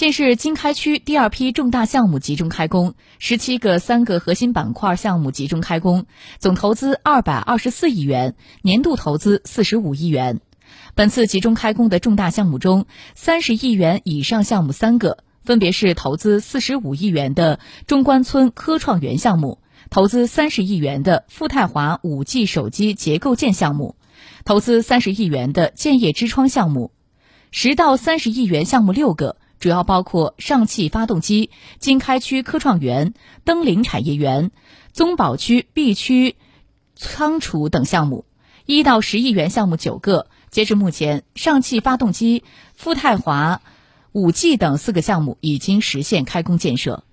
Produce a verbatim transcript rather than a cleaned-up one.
近日，经开区第二批重大项目集中开工，十七个三个核心板块项目集中开工，总投资二百二十四亿元，年度投资四十五亿元。本次集中开工的重大项目中，三十亿元以上项目三个，分别是投资四十五亿元的中关村科创园项目，投资三十亿元的富泰华 五 G 手机结构件项目，投资三十亿元的建业之窗项目。十到三十亿元项目六个，主要包括上汽发动机、经开区科创园、登临产业园、宗保区 B 区仓储等项目。一到十亿元项目九个，截至目前，上汽发动机、富泰华、五 G 等四个项目已经实现开工建设。